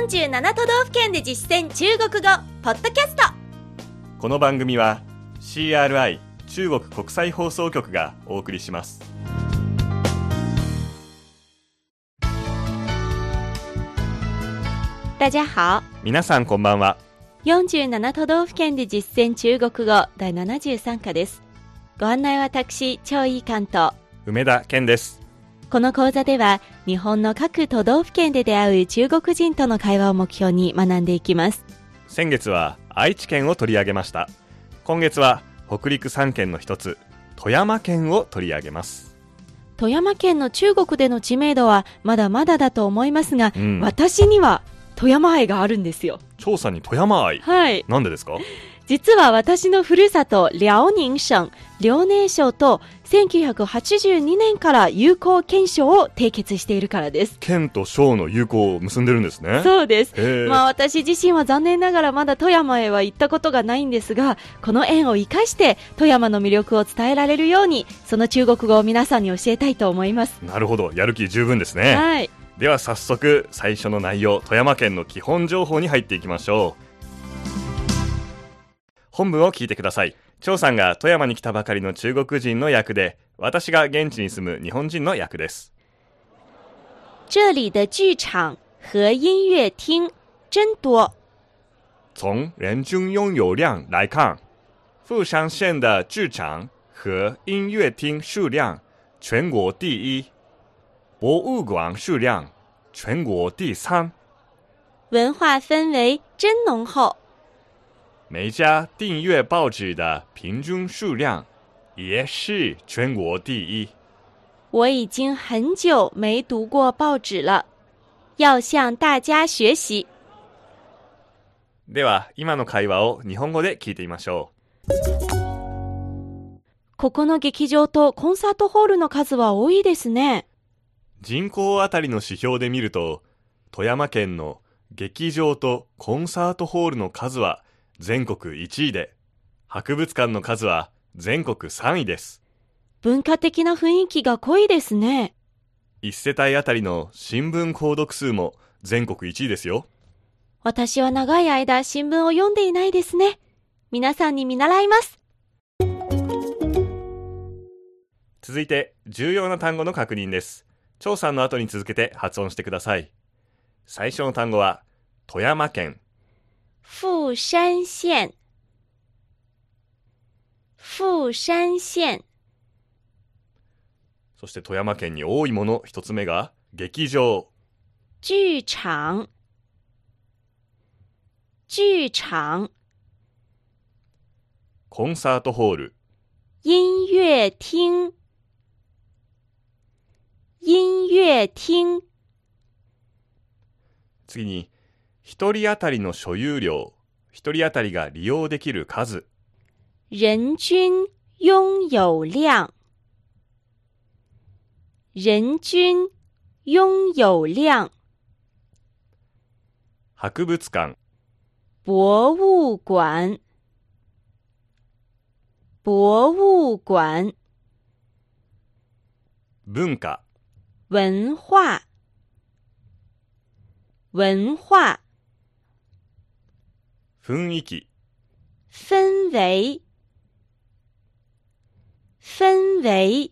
47都道府県で実践中国語ポッドキャスト。 この番組は CRI 中国国際放送局がお送りします。 大家好。 皆さんこんばんは。 47都道府県で実践中国語第73課です。ご案内は私、張井関東、 梅田健です。 この講座では日本の各都道府県で出会う中国人との会話を目標に学んでいきます。 先月は愛知県を取り上げました。今月は北陸3県の一つ富山県を取り上げます。 富山県の中国での知名度はまだまだだと思いますが、私には富山愛があるんですよ。 張さんに富山愛、 はい、 なんでですか？ 実は私のふるさと遼寧省遼寧省と1982年から友好憲章を締結しているからです。 県と省の友好を結んでるんですね。 そうです。私自身は残念ながらまだ富山へは行ったことがないんですが、この縁を生かして富山の魅力を伝えられるように、その中国語を皆さんに教えたいと思います。 なるほど、やる気十分ですね。 はい。 では早速最初の内容、富山県の基本情報に入っていきましょう。本文を聞いてください。張さんが富山に来たばかりの中国人の役で、私が現地に住む日本人の役です。 这里的剧场和音乐厅真多。 从人均拥有量来看，富山县的剧场和音乐厅数量全国第一，博物馆数量全国第三， 文化氛围真浓厚。 每家订阅报纸的平均数量也是全国第一。 我已经很久没读过报紙了，要向大家学習。 では今の会話を日本語で聞いてみましょう。ここの劇場とコンサートホールの数は多いですね。 人口あたりの指標で見ると、富山県の劇場とコンサートホールの数は全国1位で、博物館の数は全国3位です。 文化的な雰囲気が濃いですね。 1世帯あたりの新聞購読数も全国1位ですよ。 私は長い間新聞を読んでいないですね。皆さんに見習います。 続いて重要な単語の確認です。張さんの後に続けて発音してください。最初の単語は富山県。 富山县。富山县。 そして富山県に多いもの一つ目が劇場。 劇場。劇場。 コンサートホール。 音乐厅。音乐厅。 次に一人当たりの所有量、一人当たりが利用できる数。 人均拥有量。人均拥有量。 博物館。 博物館。博物館。 文化。 文化。文化。 雰囲気。 氛圍。氛圍。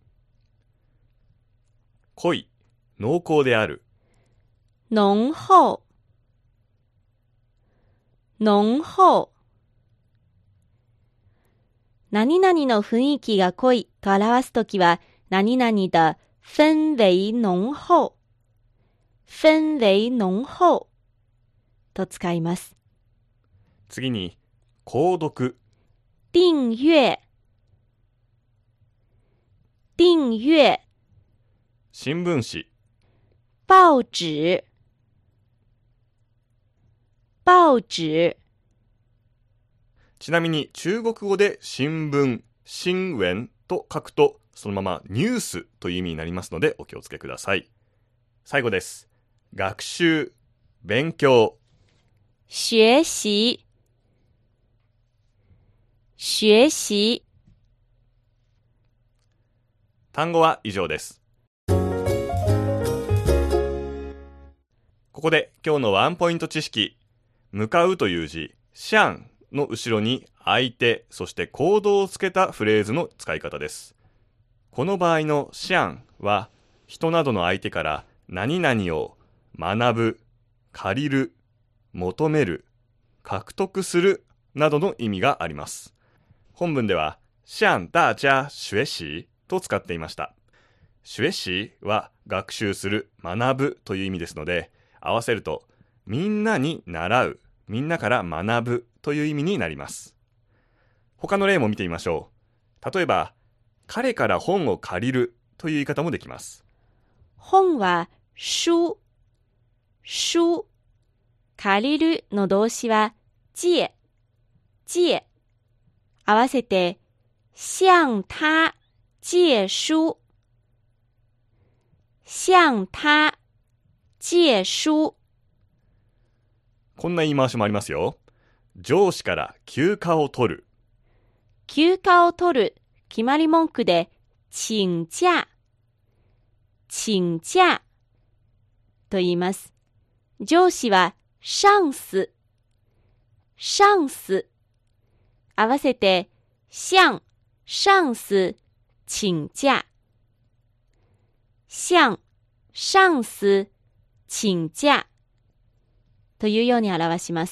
濃い、濃厚である。 濃厚。濃厚。何々の雰囲気が濃いと表すときは、何々的氛圍濃厚。氛圍濃厚と使います。 次に購読。 訂閱。訂閱。 新聞紙。 報紙。報紙。 ちなみに中国語で新聞、新聞と書くとそのままニュースという意味になりますのでお気をつけください。最後です。学習、勉強。 学習。学習。 単語は以上です。こここで今日のワンポイント知識。向かうという字、シャンの後ろに相手、そして行動をつけたフレーズの使い方です。この場合のシャンは、人などの相手から何々を学ぶ、借りる、求める、獲得するなどの意味があります。本文では、向大家学習と使っていました。学習は学習する、学ぶという意味ですので、合わせると、みんなに習う、みんなから学ぶという意味になります。他の例も見てみましょう。例えば、彼から本を借りるという言い方もできます。 本は書、書。借りるの動詞は借、借。合わせて、向他借書、向他借書。 こんな言い回しもありますよ。上司から休暇を取る。 休暇を取る、決まり文句で、請假、請假と言います。上司は上司、上司。合わせて、向上司請假、向上司請假というように表します。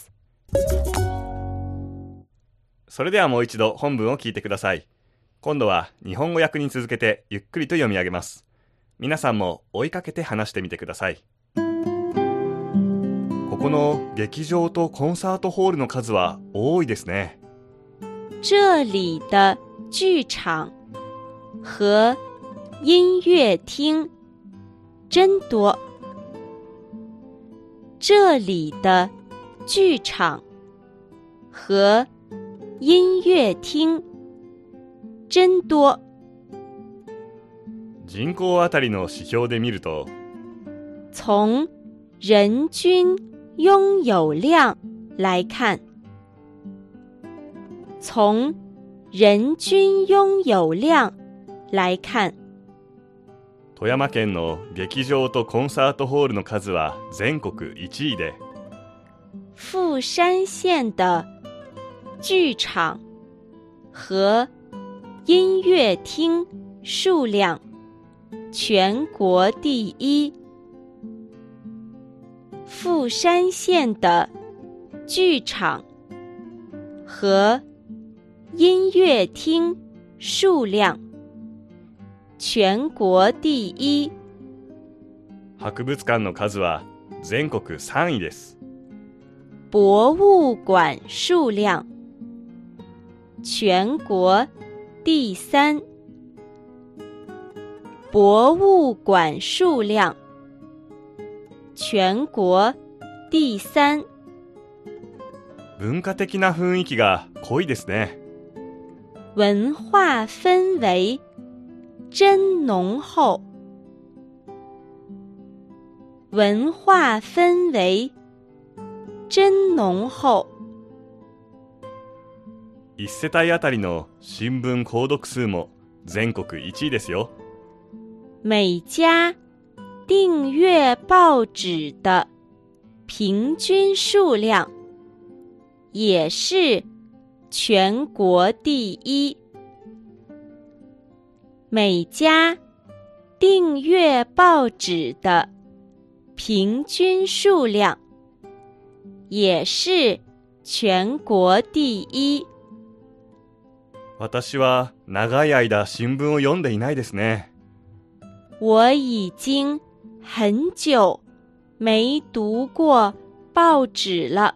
それではもう一度本文を聞いてください。今度は日本語訳に続けてゆっくりと読み上げます。皆さんも追いかけて話してみてください。ここの劇場とコンサートホールの数は多いですね。 这里的剧场和音乐厅真多。这里的剧场和音乐厅真多。 人口あたりの指標で見ると、 从人均拥有量来看，从人均拥有量来看， 富山県の劇場とコンサートホールの数は全国1位で、 富山县的剧场和音乐厅数量全国第一。富山县的剧场和音乐厅数量全国第一。 博物館の数は全国3位です。 博物館數量全国第三。博物館數量全国第三。 文化的な雰囲気が濃いですね。 文化氛圍真濃厚。文化氛圍真濃厚。 1世帯あたりの新聞購読数も全国1位ですよ。 每家訂閱報紙的平均數量也是全國第一。每家訂閱報紙的平均數量也是全國第一。 私は長い間新聞を読んでいないですね。 我已經很久沒讀過報紙了。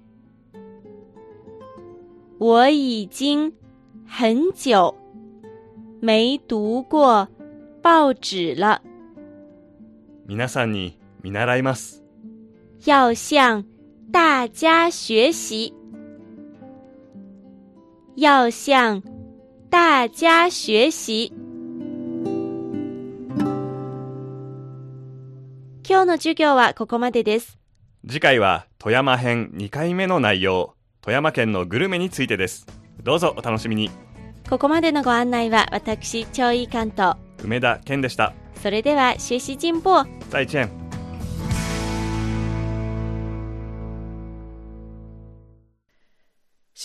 我已經很久沒讀過報紙了。 皆さんに見習います。 要向大家學習。要向大家學習。今日の授業はここまでです。 次回は富山編2回目の内容、富山県のグルメについてです。どうぞお楽しみに。 ここまでのご案内は私、張一貫と梅田健でした。 それでは学習進歩。 再見。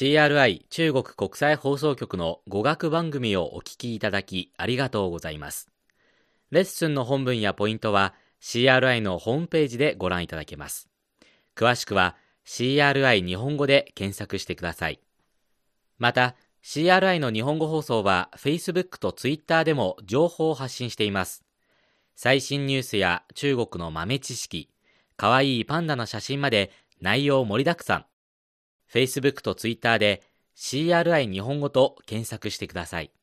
CRI 中国国際放送局の語学番組をお聞きいただきありがとうございます。レッスンの本文やポイントは CRI のホームページでご覧いただけます。詳しくは CRI 日本語で検索してください。また、CRI の日本語放送は Facebook と Twitter でも情報を発信しています。最新ニュースや中国の豆知識、かわいいパンダの写真まで内容盛りだくさん。Facebook と Twitter で CRI 日本語と検索してください。